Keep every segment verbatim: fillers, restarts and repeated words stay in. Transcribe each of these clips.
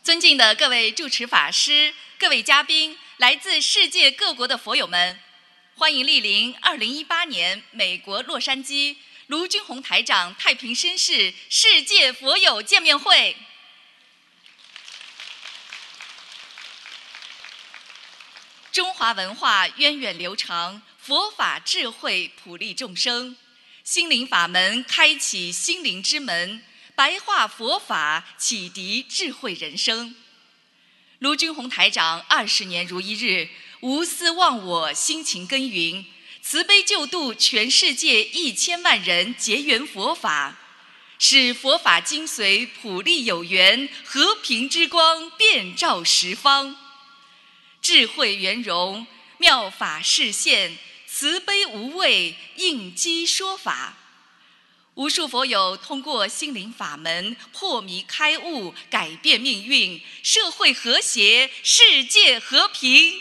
尊敬的各位主持法师、各位嘉宾、来自世界各国的佛友们，欢迎莅临二零一八年美国洛杉矶卢军宏台长太平绅士世界佛友见面会。中华文化源远流长，佛法智慧普利众生，心灵法门开启心灵之门，白话佛法启迪智慧人生。卢军宏台长二十年如一日，无私忘我，辛勤耕耘，慈悲救度全世界一千万人结缘佛法，使佛法精髓普利有缘，和平之光遍照十方。智慧圆融，妙法示现，慈悲无畏，应机说法。无数佛友通过心灵法门破迷开悟，改变命运，社会和谐，世界和平。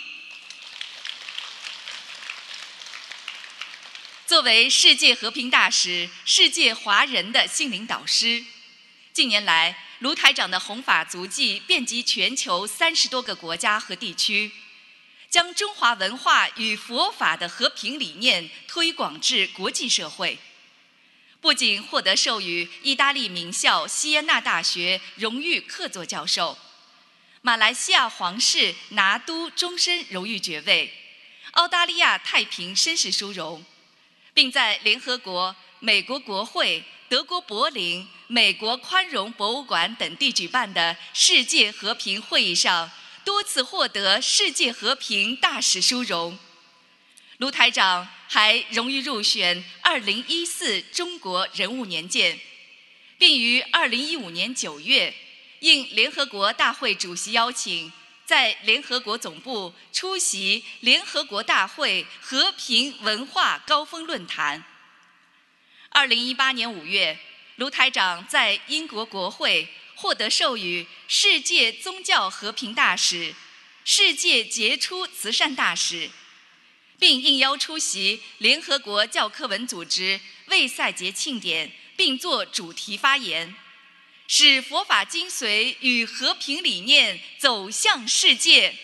作为世界和平大使，世界华人的心灵导师，近年来卢台长的弘法足迹遍及全球三十多个国家和地区，将中华文化与佛法的和平理念推广至国际社会。不仅获得授予意大利名校锡耶纳大学荣誉客座教授，马来西亚皇室拿督终身荣誉爵位，澳大利亚太平绅士殊荣，并在联合国、美国国会、德国柏林、美国宽容博物馆等地举办的世界和平会议上多次获得世界和平大使殊荣。卢台长还荣誉入选二零一四中国人物年鉴，并于二零一五年九月应联合国大会主席邀请，在联合国总部出席联合国大会和平文化高峰论坛。二零一八年五月，卢台长在英国国会获得授予世界宗教和平大使、世界杰出慈善大使，并应邀出席联合国教科文组织卫赛节庆典，并作主题发言，使佛法精髓与和平理念走向世界。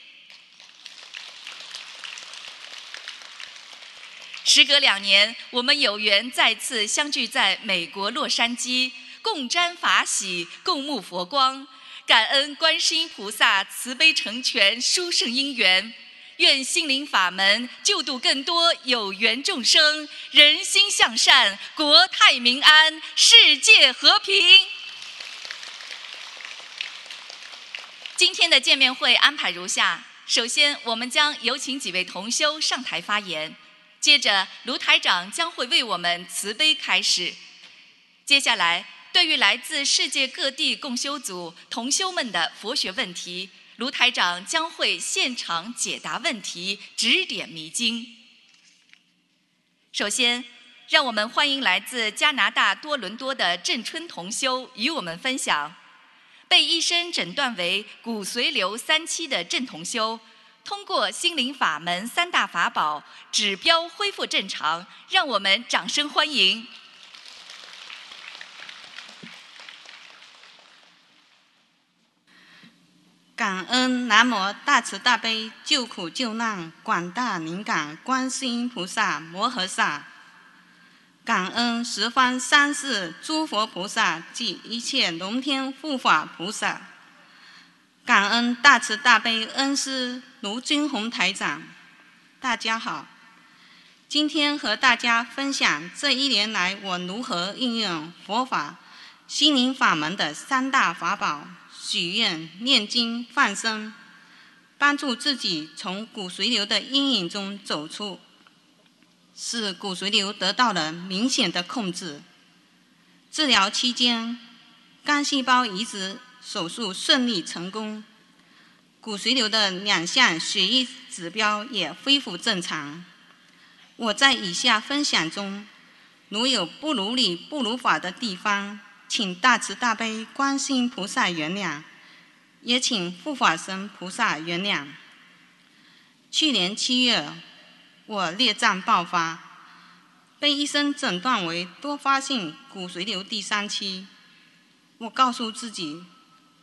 时隔两年，我们有缘再次相聚在美国洛杉矶，共沾法喜，共沐佛光，感恩观世音菩萨慈悲成全殊胜因缘。愿心灵法门救度更多有缘众生，人心向善，国泰民安，世界和平。今天的见面会安排如下：首先，我们将有请几位同修上台发言，接着卢台长将会为我们慈悲开示。接下来，对于来自世界各地共修组同修们的佛学问题，卢台长将会现场解答问题，指点迷津。首先，让我们欢迎来自加拿大多伦多的郑春同修与我们分享。被医生诊断为骨髓瘤三期的郑同修，通过心灵法门三大法宝，指标恢复正常，让我们掌声欢迎。 感恩南无大慈大悲救苦救难广大灵感观世音菩萨摩诃萨，感恩十方三世诸佛菩萨及一切龙天护法菩萨，感恩大慈大悲恩师卢军宏台长。大家好，今天和大家分享这一年来我如何运用佛法心灵法门的三大法宝：许愿、念经、放生，帮助自己从骨髓瘤的阴影中走出，使骨髓瘤得到了明显的控制。治疗期间，肝细胞移植手术顺利成功，骨髓瘤的两项血液指标也恢复正常。我在以下分享中，如有不如理不如法的地方，请大慈大悲观世音菩萨原谅，也请护法神菩萨原谅。去年七月，我裂障爆发，被医生诊断为多发性骨髓瘤第三期。我告诉自己，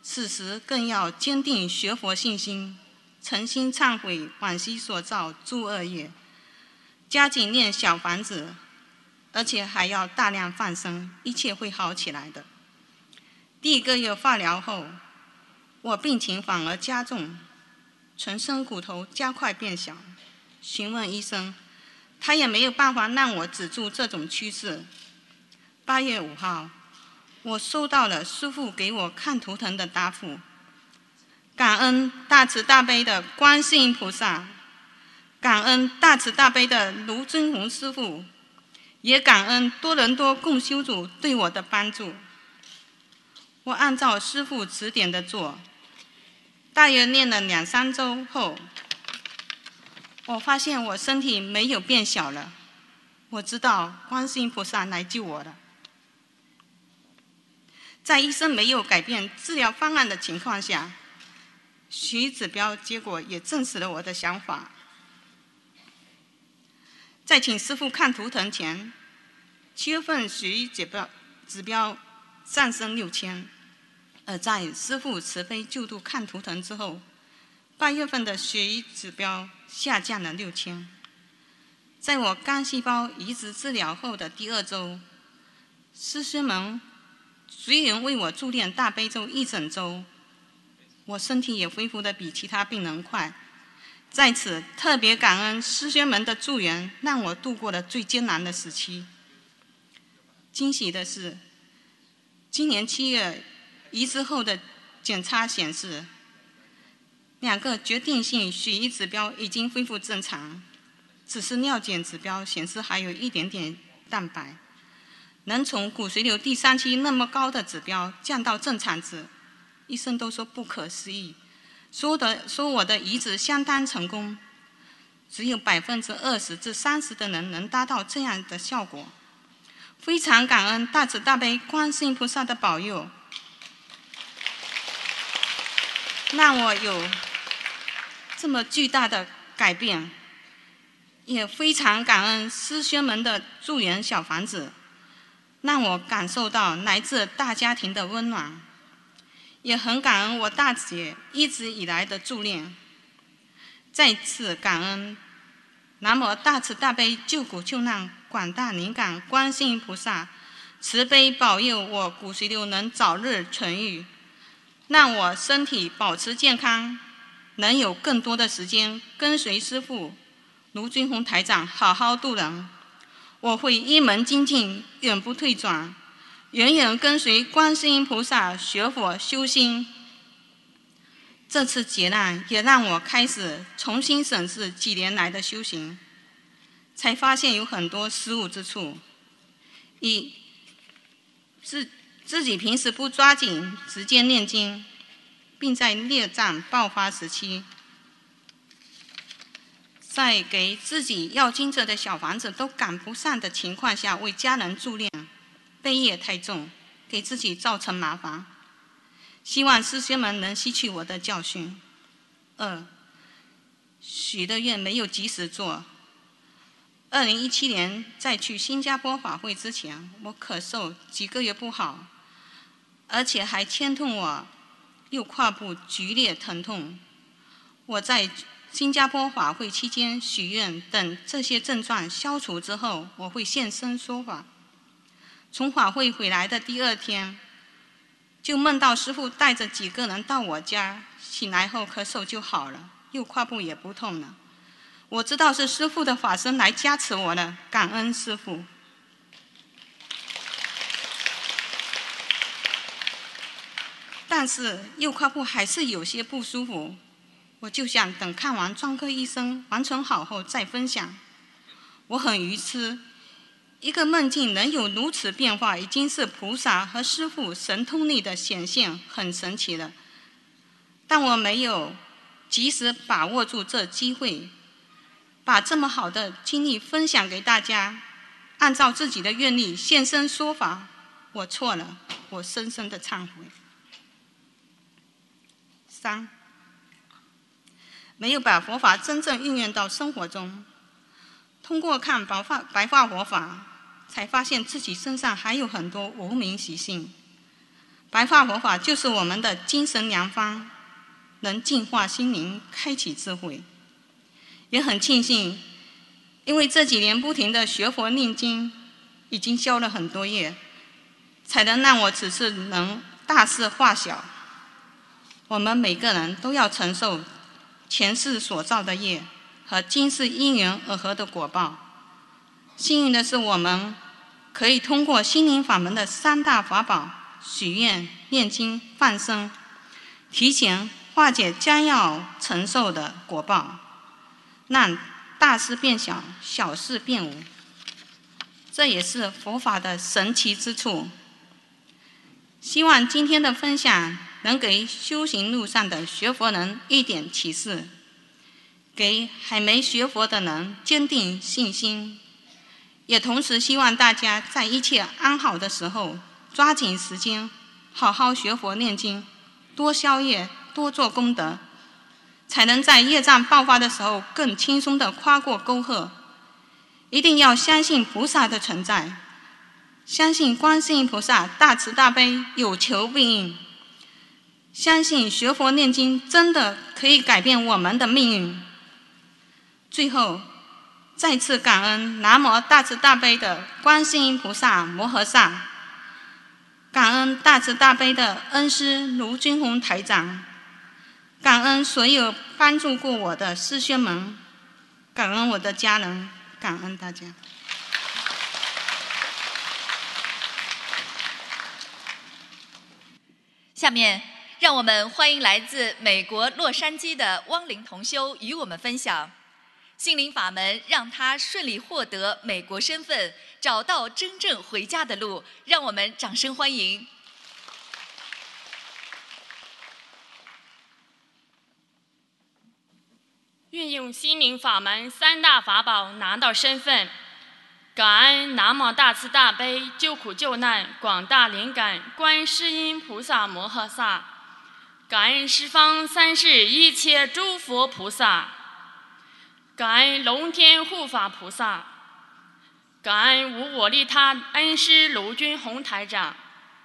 此时更要坚定学佛信心，诚心忏悔往昔所造诸恶业，加紧念小房子，而且还要大量放生，一切会好起来的。第一个月化疗后，我病情反而加重，全身骨头加快变小。询问医生，他也没有办法让我止住这种趋势。八月五号，我收到了师父给我看图腾的答复。感恩大慈大悲的观世音菩萨，感恩大慈大悲的卢尊宏师父，也感恩多伦多共修组对我的帮助。我按照师父指点的做，大约念了两三周后，我发现我身体没有变小了。我知道观世音菩萨来救我了。在医生没有改变治疗方案的情况下，血液指标结果也证实了我的想法。在请师父看图腾前，七月份血液指标指标上升六千，而在师父慈悲救度看图腾之后，八月份的血液指标下降了六千。在我肝细胞移植治疗后的第二周，师兄们随缘为我助念大悲咒一整周，我身体也恢复得比其他病人快。在此特别感恩师兄们的助缘，让我度过了最艰难的时期。惊喜的是，今年七月移植后的检查显示，两个决定性血液指标已经恢复正常，只是尿检指标显示还有一点点蛋白。能从骨髓瘤第三期那么高的指标降到正常值，医生都说不可思议，说的说我的移植相当成功，只有百分之二十至三十的人能达到这样的效果。非常感恩大慈大悲观世音菩萨的保佑，让我有这么巨大的改变，也非常感恩师兄们的助缘小房子，让我感受到来自大家庭的温暖，也很感恩我大姐一直以来的助念。再次感恩南无大慈大悲救苦救难广大灵感观世音菩萨，慈悲保佑我骨髓瘤能早日痊愈，让我身体保持健康，能有更多的时间跟随师父卢军宏台长好好度人。我会一门精进，永不退转，远远跟随观世音菩萨学佛修心。这次劫难也让我开始重新审视几年来的修行，才发现有很多失误之处。一，自自己平时不抓紧直接念经，并在业障爆发时期，在给自己要经者的小房子都赶不上的情况下，为家人助念，背业太重，给自己造成麻烦。希望师兄们能吸取我的教训。二，许的愿没有及时做。二零一七年在去新加坡法会之前，我咳嗽几个月不好，而且还牵痛我右胯部剧烈疼痛。我在新加坡法会期间许愿，等这些症状消除之后，我会现身说法。从法会回来的第二天，就梦到师父带着几个人到我家，醒来后咳嗽就好了，右胯部也不痛了。我知道是师父的法身来加持我了，感恩师父。但是右胯部还是有些不舒服，我就想等看完专科医生完成好后再分享。我很愚痴，一个梦境能有如此变化，已经是菩萨和师父神通力的显现，很神奇了。但我没有及时把握住这机会，把这么好的经历分享给大家，按照自己的愿力现身说法，我错了，我深深的忏悔。三，没有把佛法真正运用到生活中，通过看白话白话佛法，才发现自己身上还有很多无明习性。 白话佛法就是我们的精神良方，能净化心灵，开启智慧。也很庆幸，因为这几年不停的学佛念经，已经消了很多业，才能让我此次能大事化小。我们每个人都要承受前世所造的业和今世因缘而合的果报。幸运的是，我们可以通过心灵法门的三大法宝许愿、念经、放生，提前化解将要承受的果报，让大事变小，小事变无。这也是佛法的神奇之处。希望今天的分享能给修行路上的学佛人一点启示，给还没学佛的人坚定信心。也同时希望大家在一切安好的时候，抓紧时间，好好学佛念经，多消业，多做功德，才能在业障爆发的时候更轻松地跨过沟壑。一定要相信菩萨的存在，相信观世音菩萨大慈大悲，有求必应，相信学佛念经真的可以改变我们的命运。最后再次感恩南无大慈大悲的观世音菩萨摩诃萨，感恩大慈大悲的恩师卢军宏台长，感恩所有帮助过我的师兄们，感恩我的家人，感恩大家。 下面让我们欢迎来自美国洛杉矶的汪玲同修与我们分享心灵法门让他顺利获得美国身份，找到真正回家的路。让我们掌声欢迎。 运用心灵法门三大法宝拿到身份，感恩南无大慈大悲救苦救难广大灵感观世音菩萨摩诃萨，感恩十方三世一切诸佛菩萨，感恩龙天护法菩萨，感恩无我利他恩师卢军宏台长。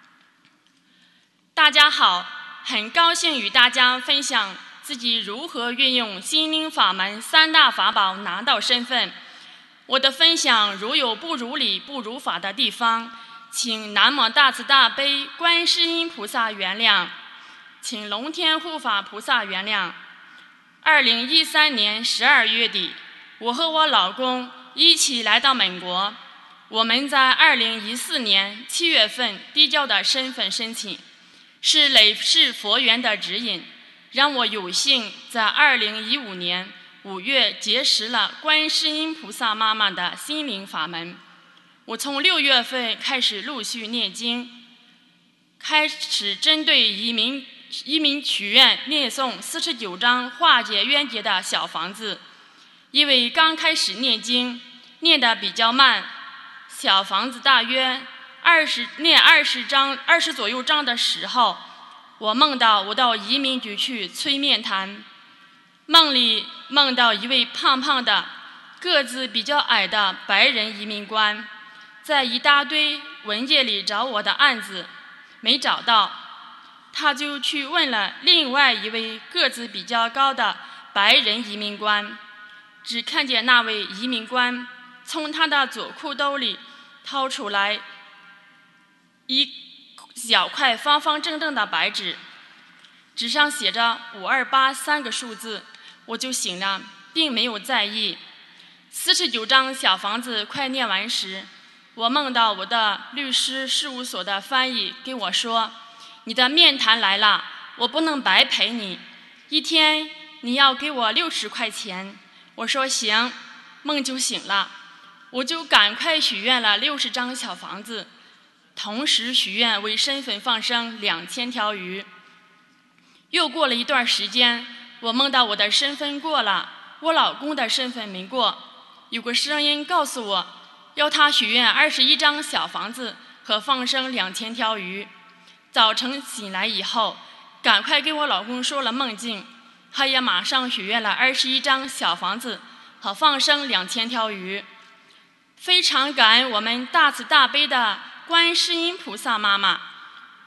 大家好，很高兴与大家分享自己如何运用心灵法门三大法宝拿到身份。我的分享如有不如理不如法的地方，请南无大慈大悲观世音菩萨原谅，请龙天护法菩萨原谅。二零一三年十二月底，我和我老公一起来到美国。我们在二零一四年七月份递交的身份申请，是累世佛缘的指引，让我有幸在二零一五年五月结识了观世音菩萨妈妈的心灵法门。我从六月份开始陆续念经，开始针对移民移民许愿念诵四十九章化解冤结的小房子。因为刚开始念经念得比较慢，小房子大约二十念二十章二十左右章的时候，我梦到我到移民局去催面谈，梦里梦到一位胖胖的个子比较矮的白人移民官，在一大堆文件里找我的案子，没找到，他就去问了另外一位个子比较高的白人移民官，只看见那位移民官从他的左裤兜里掏出来一小块方方正正的白纸，纸上写着五二八三个数字，我就醒了，并没有在意。四十九章小房子快念完时，我梦到我的律师事务所的翻译跟我说，你的面谈来了，我不能白陪你，一天你要给我六十块钱。我说行，梦就醒了，我就赶快许愿了六十张小房子，同时许愿为身份放生两千条鱼。又过了一段时间，我梦到我的身份过了，我老公的身份没过，有个声音告诉我，要他许愿二十一张小房子和放生两千条鱼。早晨醒来以后，赶快跟我老公说了梦境，他也马上许愿了二十一张小房子和放生两千条鱼。非常感恩我们大慈大悲的观世音菩萨妈妈，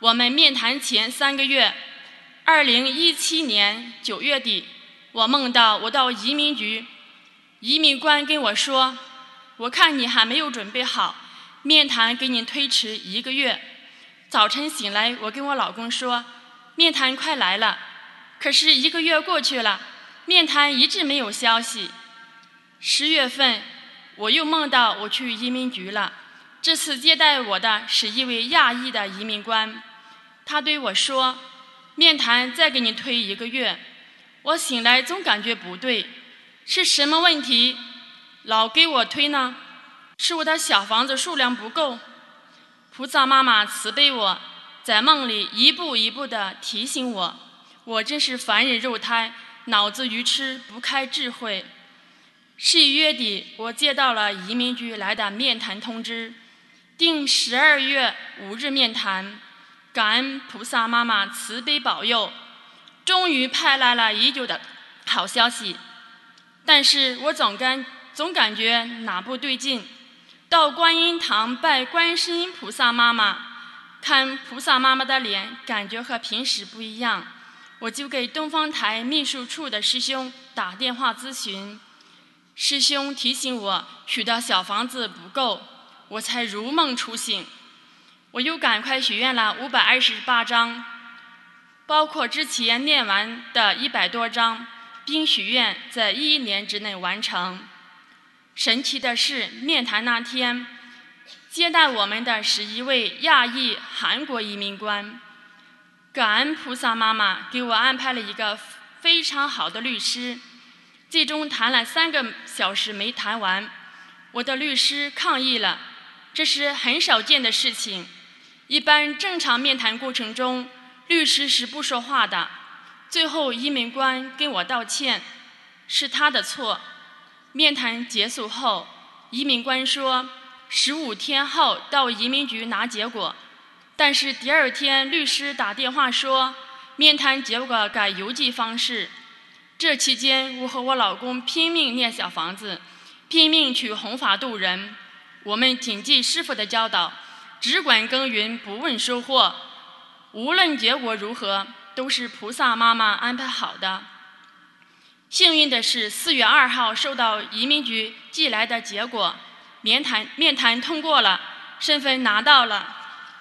我们面谈前三个月，二零一七年九月底，我梦到我到移民局，移民官跟我说，我看你还没有准备好，面谈给你推迟一个月。早晨醒来，我跟我老公说，面谈快来了，可是一个月过去了，面谈一直没有消息。十月份，我又梦到我去移民局了，这次接待我的是一位亚裔的移民官，他对我说，面谈再给你推一个月。我醒来总感觉不对，是什么问题老给我推呢？是我的小房子数量不够？菩萨妈妈慈悲我，在梦里一步一步地提醒我，我真是凡人肉胎，脑子愚痴，不开智慧。十一月底，我接到了移民局来的面谈通知，定十二月五日面谈。感恩菩萨妈妈慈悲保佑，终于派来了已久的好消息。但是我总感总感觉哪不对劲。到观音堂拜观世音菩萨妈妈，看菩萨妈妈的脸，感觉和平时不一样。我就给东方台秘书处的师兄打电话咨询，师兄提醒我许的小房子不够，我才如梦初醒。我又赶快许愿了五百二十八张，包括之前念完的一百多张，并许愿在一年之内完成。神奇的是，面谈那天，接待我们的是一位亚裔韩国移民官。感恩菩萨妈妈给我安排了一个非常好的律师，最终谈了三个小时没谈完，我的律师抗议了，这是很少见的事情。一般正常面谈过程中，律师是不说话的。最后移民官跟我道歉，是他的错。面谈结束后，移民官说十五天后到移民局拿结果，但是第二天律师打电话说面谈结果改邮寄方式。这期间，我和我老公拼命念小房子，拼命去弘法度人。我们谨记师父的教导，只管耕耘，不问收获。无论结果如何，都是菩萨妈妈安排好的。幸运的是，四月二号收到移民局寄来的结果，面谈面谈通过了，身份拿到了。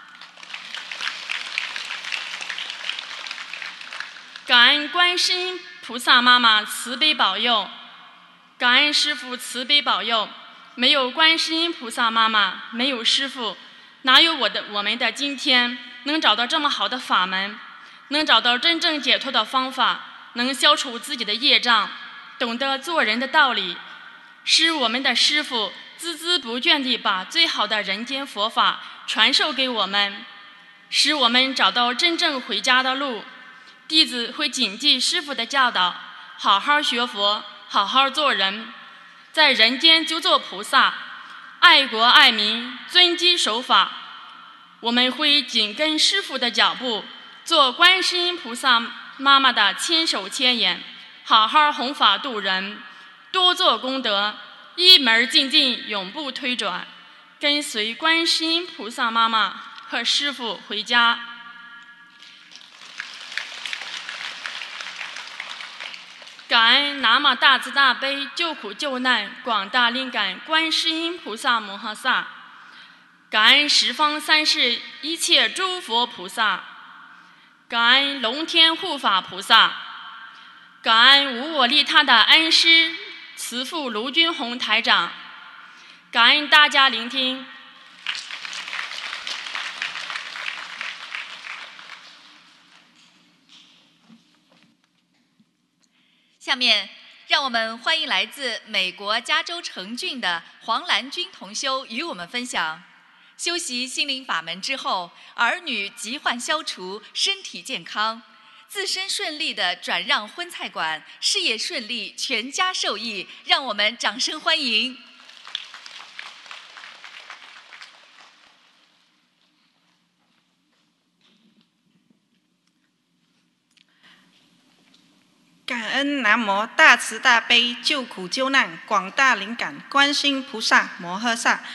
感恩观世音菩萨妈妈慈悲保佑，感恩师父慈悲保佑。没有观世音菩萨妈妈，没有师父，哪有我的我们的今天？能找到这么好的法门，能找到真正解脱的方法，能消除自己的业障，懂得做人的道理，是我们的师父孜孜不倦地把最好的人间佛法传授给我们，使我们找到真正回家的路。弟子会谨记师父的教导，好好学佛，好好做人，在人间就做菩萨，爱国爱民，遵纪守法。我们会紧跟师父的脚步，做观世音菩萨妈妈的千手千眼，好好弘法度人，多做功德，一门精进，永不退转，跟随观世音菩萨妈妈和师父回家。感恩南无大慈大悲救苦救难广大灵感观世音菩萨摩诃萨，感恩十方三世一切诸佛菩萨，感恩龙天护法菩萨，感恩无我利他的恩师慈父卢军宏台长，感恩大家聆听。 下面，让我们欢迎来自美国加州城郡的黄兰君同修与我们分享：修习心灵法门之后，儿女疾患消除，身体健康，自身顺利地转让荤菜馆，事业顺利，全家受益。让我们掌声欢迎！ 感恩南无大慈大悲救苦救难广大灵感观世音菩萨摩诃萨，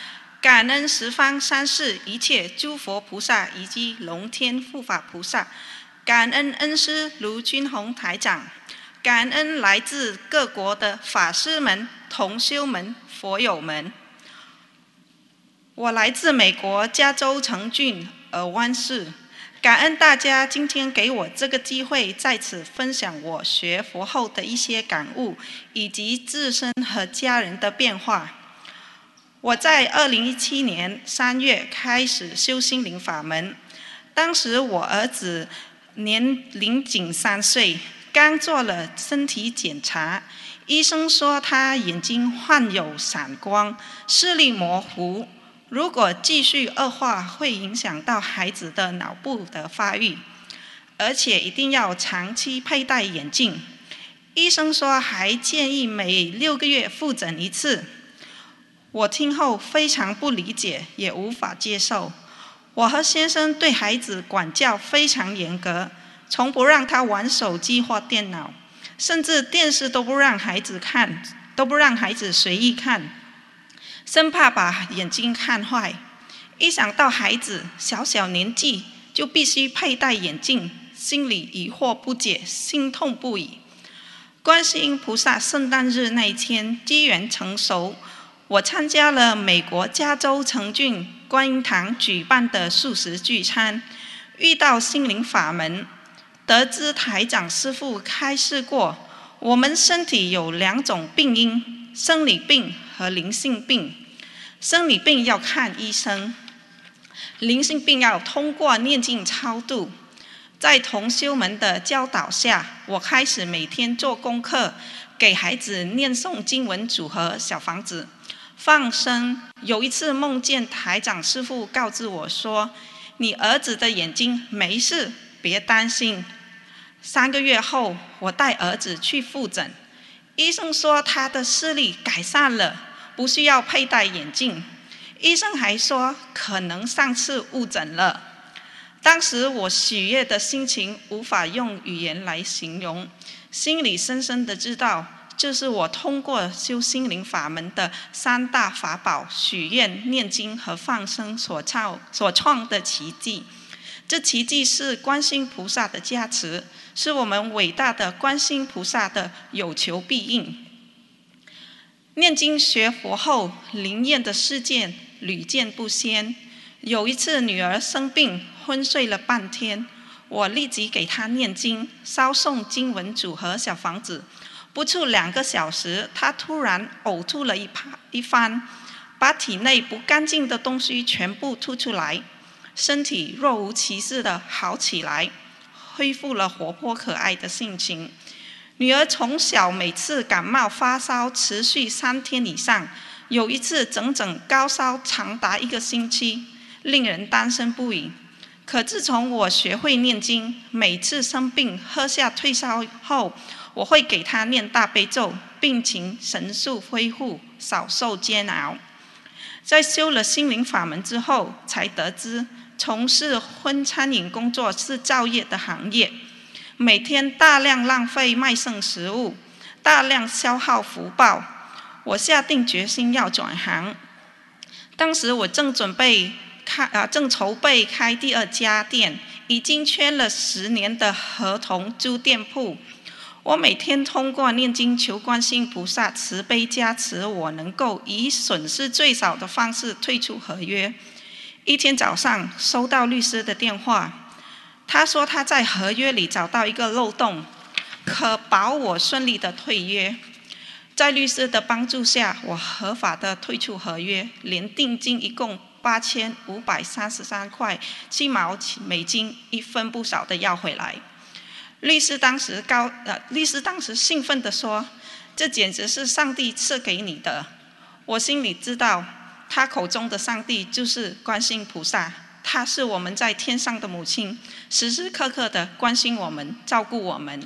感恩十方三世一切诸佛菩萨以及龙天护法菩萨，感恩恩师卢军宏台长，感恩来自各国的法师们、同修们、佛友们。我来自美国加州城郡尔湾市，感恩大家今天给我这个机会，在此分享我学佛后的一些感悟，以及自身和家人的变化。我在二零一七年三月开始修心灵法门，当时我儿子年龄仅三岁，刚做了身体检查，医生说他眼睛患有散光，视力模糊。如果继续恶化，会影响到孩子的脑部的发育，而且一定要长期佩戴眼镜。医生说还建议每六个月复诊一次。我听后非常不理解，也无法接受。我和先生对孩子管教非常严格，从不让他玩手机或电脑，甚至电视都不让孩子看，都不让孩子随意看。生怕把眼睛看坏，一想到孩子小小年纪就必须佩戴眼镜，心里疑惑不解，心痛不已。观世音菩萨圣诞日那一天机缘成熟，我参加了美国加州城郡观音堂举办的素食聚餐，遇到心灵法门，得知台长师父开示过，我们身体有两种病因，生理病和灵性病。生理病要看医生，灵性病要通过念经超度。在同修们的教导下，我开始每天做功课，给孩子念诵经文组合小房子放生。有一次梦见台长师父告知我说，你儿子的眼睛没事，别担心。三个月后，我带儿子去复诊，医生说他的视力改善了，不需要佩戴眼镜。医生还说可能上次误诊了。当时我喜悦的心情无法用语言来形容，心里深深的知道，这是我通过修心灵法门的三大法宝许愿、念经和放生所创所创的奇迹。这奇迹是观世音菩萨的加持，是我们伟大的观世音菩萨的有求必应。念经学佛后，灵验的事件屡见不鲜。有一次女儿生病昏睡了半天，我立即给她念经，烧诵经文组合小房子。不出两个小时，她突然呕吐了一一番，把体内不干净的东西全部吐出来，身体若无其事的好起来，恢复了活泼可爱的性情。女儿从小每次感冒发烧持续三天以上，有一次整整高烧长达一个星期，令人担心不已。可自从我学会念经，每次生病喝下退烧后，我会给她念大悲咒，病情神速恢复，少受煎熬。在修了心灵法门之后，才得知从事荤餐饮工作是造业的行业，每天大量浪费卖剩食物，大量消耗福报。我下定决心要转行。当时我正准备开啊，正筹备开第二家店，已经签了十年的合同租店铺。我每天通过念经求观世音菩萨慈悲加持，我能够以损失最少的方式退出合约。一天早上收到律师的电话。他说他在合约里找到一个漏洞，可保我顺利的退约。在律师的帮助下，我合法的退出合约，连定金一共八千五百三十三块七毛美金，一分不少的要回来。律师当时高呃，律师当时兴奋地说：“这简直是上帝赐给你的。”我心里知道，他口中的上帝就是观世音菩萨。她是我们在天上的母亲，时时刻刻的关心我们，照顾我们。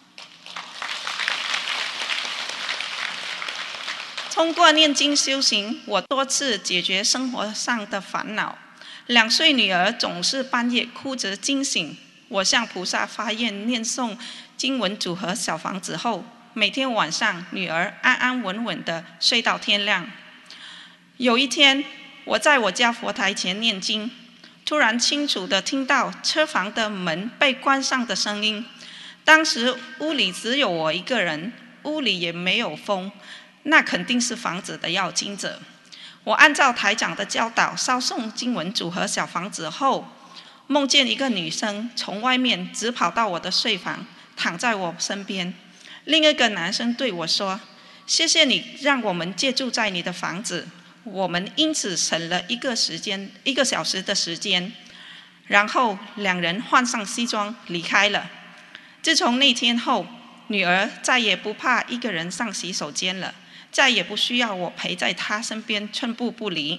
通过念经修行，我多次解决生活上的烦恼。两岁女儿总是半夜哭着惊醒，我向菩萨发愿念诵经文组合小房子后，每天晚上女儿安安稳稳的睡到天亮。有一天， 我在我家佛台前念经，突然清楚地听到车房的门被关上的声音。当时屋里只有我一个人，屋里也没有风，那肯定是房子的要经者。我按照台长的教导烧诵经文组合小房子后，梦见一个女生从外面直跑到我的睡房，躺在我身边。另一个男生对我说：谢谢你让我们借住在你的房子，我们因此省了一个时间一个小时的时间。然后两人换上西装离开了。自从那天后，女儿再也不怕一个人上洗手间了，再也不需要我陪在她身边寸步不离。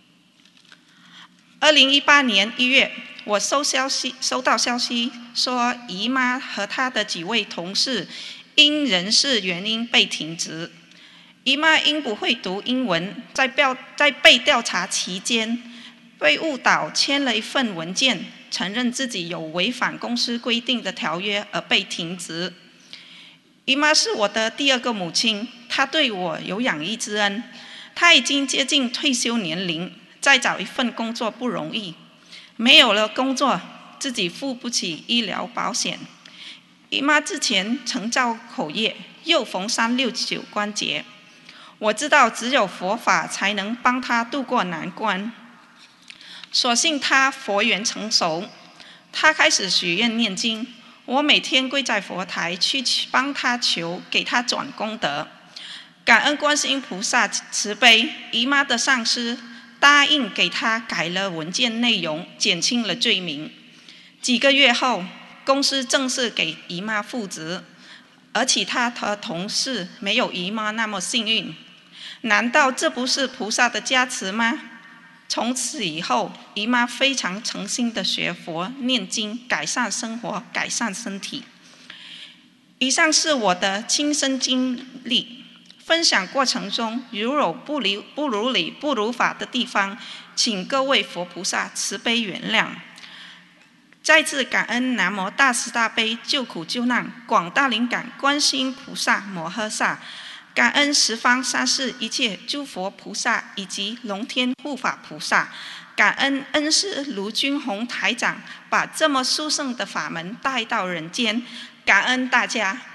二零一八年一月，我收消息收到消息说，姨妈和她的几位同事因人事原因被停职。姨妈因不会读英文，在调在被调查期间，被误导签了一份文件，承认自己有违反公司规定的条约而被停职。姨妈是我的第二个母亲，她对我有养育之恩。她已经接近退休年龄，再找一份工作不容易。没有了工作，自己付不起医疗保险。姨妈之前曾造口业，又逢三六九关节。我知道只有佛法才能帮她渡过难关。所幸她佛缘成熟，她开始许愿念经。我每天跪在佛台去帮她求，给她转功德。感恩观世音菩萨慈悲，姨妈的上司答应给她改了文件内容，减轻了罪名。几个月后，公司正式给姨妈复职，而其他的同事没有姨妈那么幸运。难道这不是菩萨的加持吗？从此以后，姨妈非常诚心地学佛念经，改善生活，改善身体。以上是我的亲身经历，分享过程中如有不理不如理不如法的地方，请各位佛菩萨慈悲原谅。再次感恩南无大慈大悲救苦救难广大灵感观世音菩萨摩诃萨，感恩十方三世一切诸佛菩萨以及龙天护法菩萨，感恩恩师卢军宏台长把这么殊胜的法门带到人间，感恩大家。